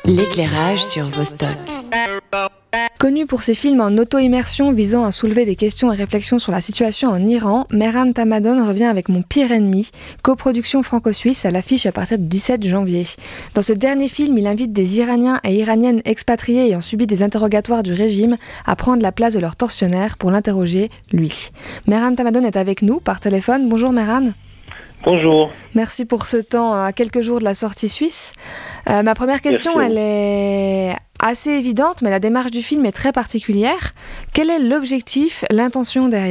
L'éclairage sur Vostok. Connu pour ses films en auto-immersion visant à soulever des questions et réflexions sur la situation en Iran, Mehran Tamadon revient avec Mon pire ennemi, coproduction franco-suisse à l'affiche à partir du 17 janvier. Dans ce dernier film, il invite des Iraniens et Iraniennes expatriés ayant subi des interrogatoires du régime à prendre la place de leur tortionnaire pour l'interroger, lui. Mehran Tamadon est avec nous par téléphone. Bonjour Mehran. Bonjour. Merci pour ce temps à quelques jours de la sortie suisse. Ma première question, elle est assez évidente, mais la démarche du film est très particulière. Quel est l'objectif, l'intention derrière ?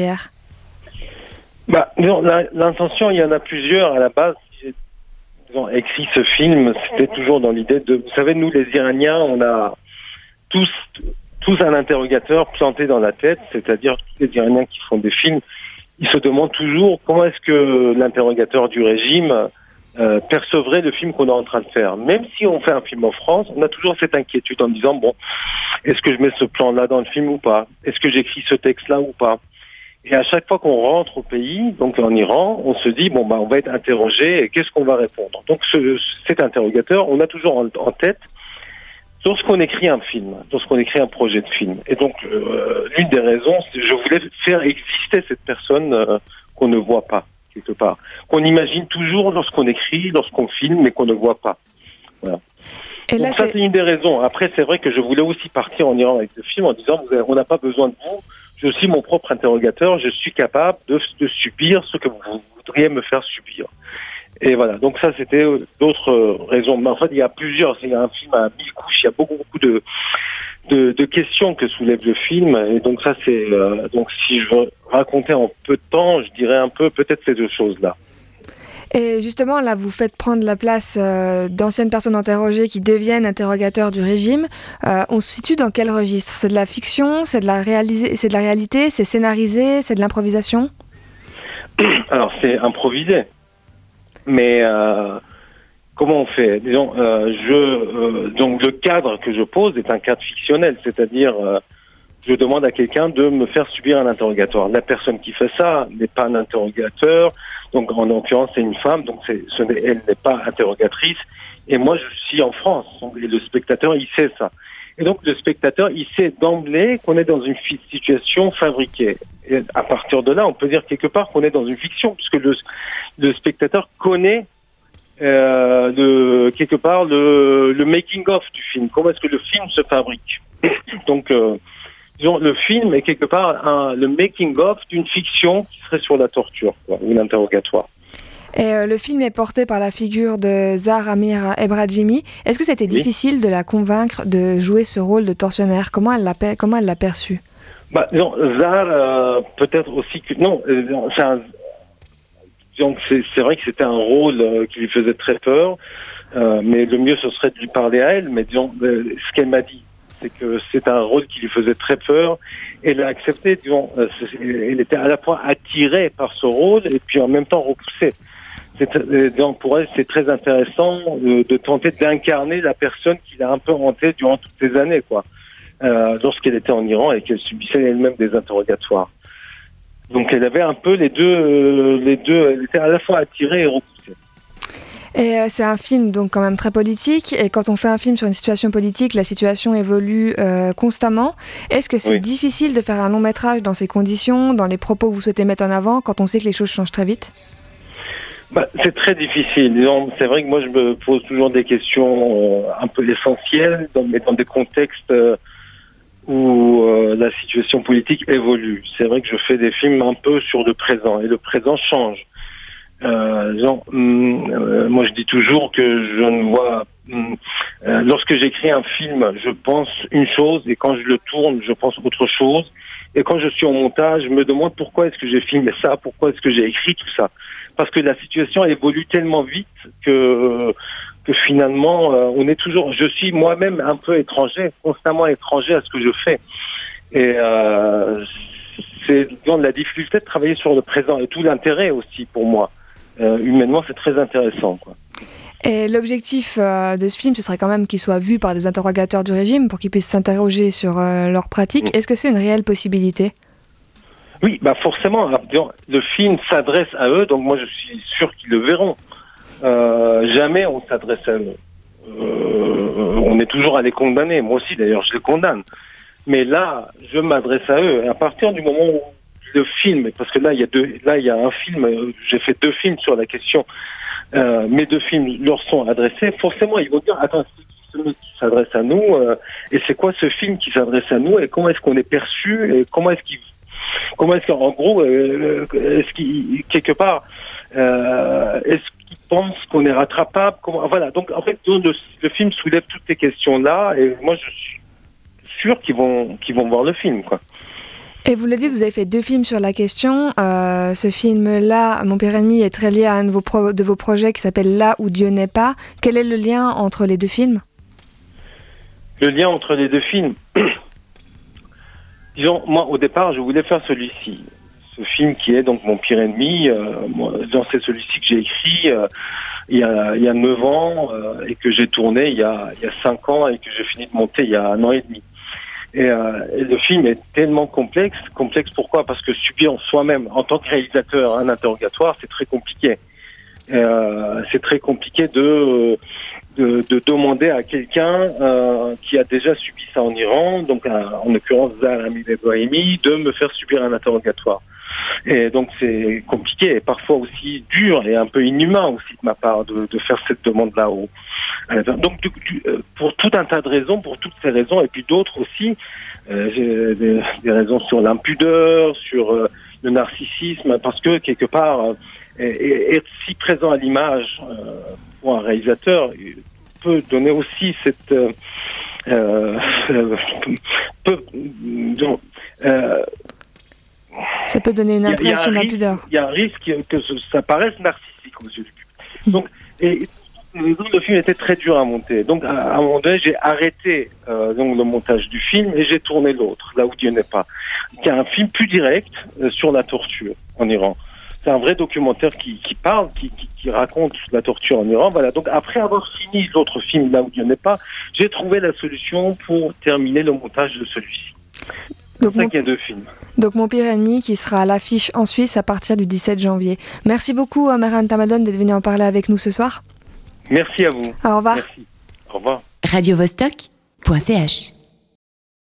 L'intention, il y en a plusieurs. À la base, j'ai écrit ce film, c'était toujours dans l'idée de... Vous savez, nous les Iraniens, on a tous un interrogateur planté dans la tête, c'est-à-dire tous les Iraniens qui font des films, ils se demandent toujours comment est-ce que l'interrogateur du régime percevrait le film qu'on est en train de faire. Même si on fait un film en France, on a toujours cette inquiétude en disant, bon, est-ce que je mets ce plan-là dans le film ou pas ? Est-ce que j'écris ce texte-là ou pas ? Et à chaque fois qu'on rentre au pays, donc en Iran, on se dit, on va être interrogé, et qu'est-ce qu'on va répondre ? Donc cet interrogateur, on a toujours en tête lorsqu'on écrit un film, lorsqu'on écrit un projet de film. Et donc, l'une des raisons, c'est que je voulais faire exister cette personne qu'on ne voit pas, quelque part. Qu'on imagine toujours lorsqu'on écrit, lorsqu'on filme, mais qu'on ne voit pas. Voilà. Et là, donc ça, c'est une des raisons. Après, c'est vrai que je voulais aussi partir en Iran avec le film en disant, on n'a pas besoin de vous, je suis mon propre interrogateur, je suis capable de subir ce que vous voudriez me faire subir. Et voilà, donc ça c'était d'autres raisons. Mais en fait, il y a plusieurs. Il y a un film à 1000 couches. Il y a beaucoup de questions que soulève le film. Et donc ça c'est donc si je veux raconter en peu de temps, je dirais un peu peut-être ces deux choses-là. Et justement, là, vous faites prendre la place d'anciennes personnes interrogées qui deviennent interrogateurs du régime. On se situe dans quel registre ? C'est de la fiction ? C'est de la réalité ? C'est scénarisé ? C'est de l'improvisation ? Alors c'est improvisé. Mais comment on fait ? Disons, donc le cadre que je pose est un cadre fictionnel, c'est-à-dire je demande à quelqu'un de me faire subir un interrogatoire. La personne qui fait ça n'est pas un interrogateur, donc en l'occurrence c'est une femme, donc elle n'est pas interrogatrice. Et moi je suis en France, et le spectateur il sait ça. Et donc le spectateur il sait d'emblée qu'on est dans une situation fabriquée. Et à partir de là, on peut dire quelque part qu'on est dans une fiction, puisque le spectateur connaît quelque part le making-of du film. Comment est-ce que le film se fabrique ? Donc, disons, le film est quelque part le making-of d'une fiction qui serait sur la torture, ou l'interrogatoire. Et le film est porté par la figure de Zahar Amir Ebrahimi. Est-ce que c'était difficile de la convaincre de jouer ce rôle de tortionnaire ? Comment elle l'a perçu ? Zahar, peut-être aussi que... Non, c'est vrai que c'était un rôle qui lui faisait très peur, mais le mieux ce serait de lui parler à elle, mais disons, ce qu'elle m'a dit, c'est que c'est un rôle qui lui faisait très peur, et elle a accepté, disons, elle était à la fois attirée par ce rôle, et puis en même temps repoussée. Donc pour elle, c'est très intéressant de tenter d'incarner la personne qui l'a un peu hantée durant toutes ces années, quoi. Lorsqu'elle était en Iran et qu'elle subissait elle-même des interrogatoires. Donc elle avait un peu les deux, elle était à la fois attirée et repoussée. Et c'est un film donc quand même très politique, et quand on fait un film sur une situation politique, la situation évolue constamment. Est-ce que c'est difficile de faire un long métrage dans ces conditions, dans les propos que vous souhaitez mettre en avant, quand on sait que les choses changent très vite ? C'est très difficile. Disons, c'est vrai que moi je me pose toujours des questions un peu essentielles, mais dans des contextes où la situation politique évolue. C'est vrai que je fais des films un peu sur le présent, et le présent change. Moi je dis toujours que je ne vois... lorsque j'écris un film, je pense une chose, et quand je le tourne, je pense autre chose. Et quand je suis en montage, je me demande pourquoi est-ce que j'ai filmé ça, pourquoi est-ce que j'ai écrit tout ça. Parce que la situation évolue tellement vite que finalement, on est toujours... Je suis moi-même un peu étranger, constamment étranger à ce que je fais. Et c'est la difficulté de travailler sur le présent, et tout l'intérêt aussi pour moi. Humainement, c'est très intéressant, quoi. Et l'objectif de ce film, ce serait quand même qu'il soit vu par des interrogateurs du régime pour qu'ils puissent s'interroger sur leurs pratiques. Est-ce que c'est une réelle possibilité ? Oui, forcément. Le film s'adresse à eux, donc moi je suis sûr qu'ils le verront. Jamais on s'adresse à eux. on est toujours à les condamner. Moi aussi, d'ailleurs, je les condamne. Mais là, je m'adresse à eux. Et à partir du moment où le film, parce que là, il y a un film, j'ai fait 2 films sur la question, mes 2 films leur sont adressés, forcément, ils vont dire, attends, c'est ce mec qui s'adresse à nous, et c'est quoi ce film qui s'adresse à nous, et comment est-ce qu'on est perçu, et comment est-ce qu'en gros, est-ce qu'il, quelque part, est-ce qu'ils pensent qu'on est rattrapable, voilà. Donc, en fait, le film soulève toutes ces questions-là, et moi, je suis sûr qu'ils vont voir le film, quoi. Et vous le dites, vous avez fait 2 films sur la question. Ce film-là, Mon pire ennemi, est très lié à un de vos projets qui s'appelle Là où Dieu n'est pas. Quel est le lien entre les 2 films ? Le lien entre les 2 films, disons, moi au départ, je voulais faire celui-ci. Ce film qui est donc Mon pire ennemi, c'est celui-ci que j'ai écrit il y a 9 ans et que j'ai tourné il y a 5 ans et que j'ai fini de monter il y a 1 an et demi. Et le film est tellement complexe. Complexe pourquoi ? Parce que subir soi-même, en tant que réalisateur, un interrogatoire, c'est très compliqué. C'est très compliqué de demander à quelqu'un qui a déjà subi ça en Iran, donc en l'occurrence Zahra Brahimi, de me faire subir un interrogatoire. Et donc c'est compliqué et parfois aussi dur et un peu inhumain aussi de ma part de faire cette demande-là. Donc pour tout un tas de raisons, pour toutes ces raisons et puis d'autres aussi, j'ai des raisons sur l'impudeur, sur le narcissisme, parce que quelque part être si présent à l'image pour un réalisateur peut donner aussi cette ça peut donner une impression d'impudeur. Il y a un risque que ça paraisse narcissique aux yeux du public. Donc, le film était très dur à monter. Donc, à un moment donné, j'ai arrêté donc le montage du film et j'ai tourné l'autre, Là où Dieu n'est pas, qui est un film plus direct sur la torture en Iran. C'est un vrai documentaire qui parle, qui raconte la torture en Iran. Voilà. Donc, après avoir fini l'autre film, Là où Dieu n'est pas, j'ai trouvé la solution pour terminer le montage de celui-ci. Donc, c'est ça qu'il y a 2 films. Donc Mon pire ennemi qui sera à l'affiche en Suisse à partir du 17 janvier. Merci beaucoup Mehran Tamaddon d'être venu en parler avec nous ce soir. Merci à vous. Au revoir. Merci. Au revoir. radiovostok.ch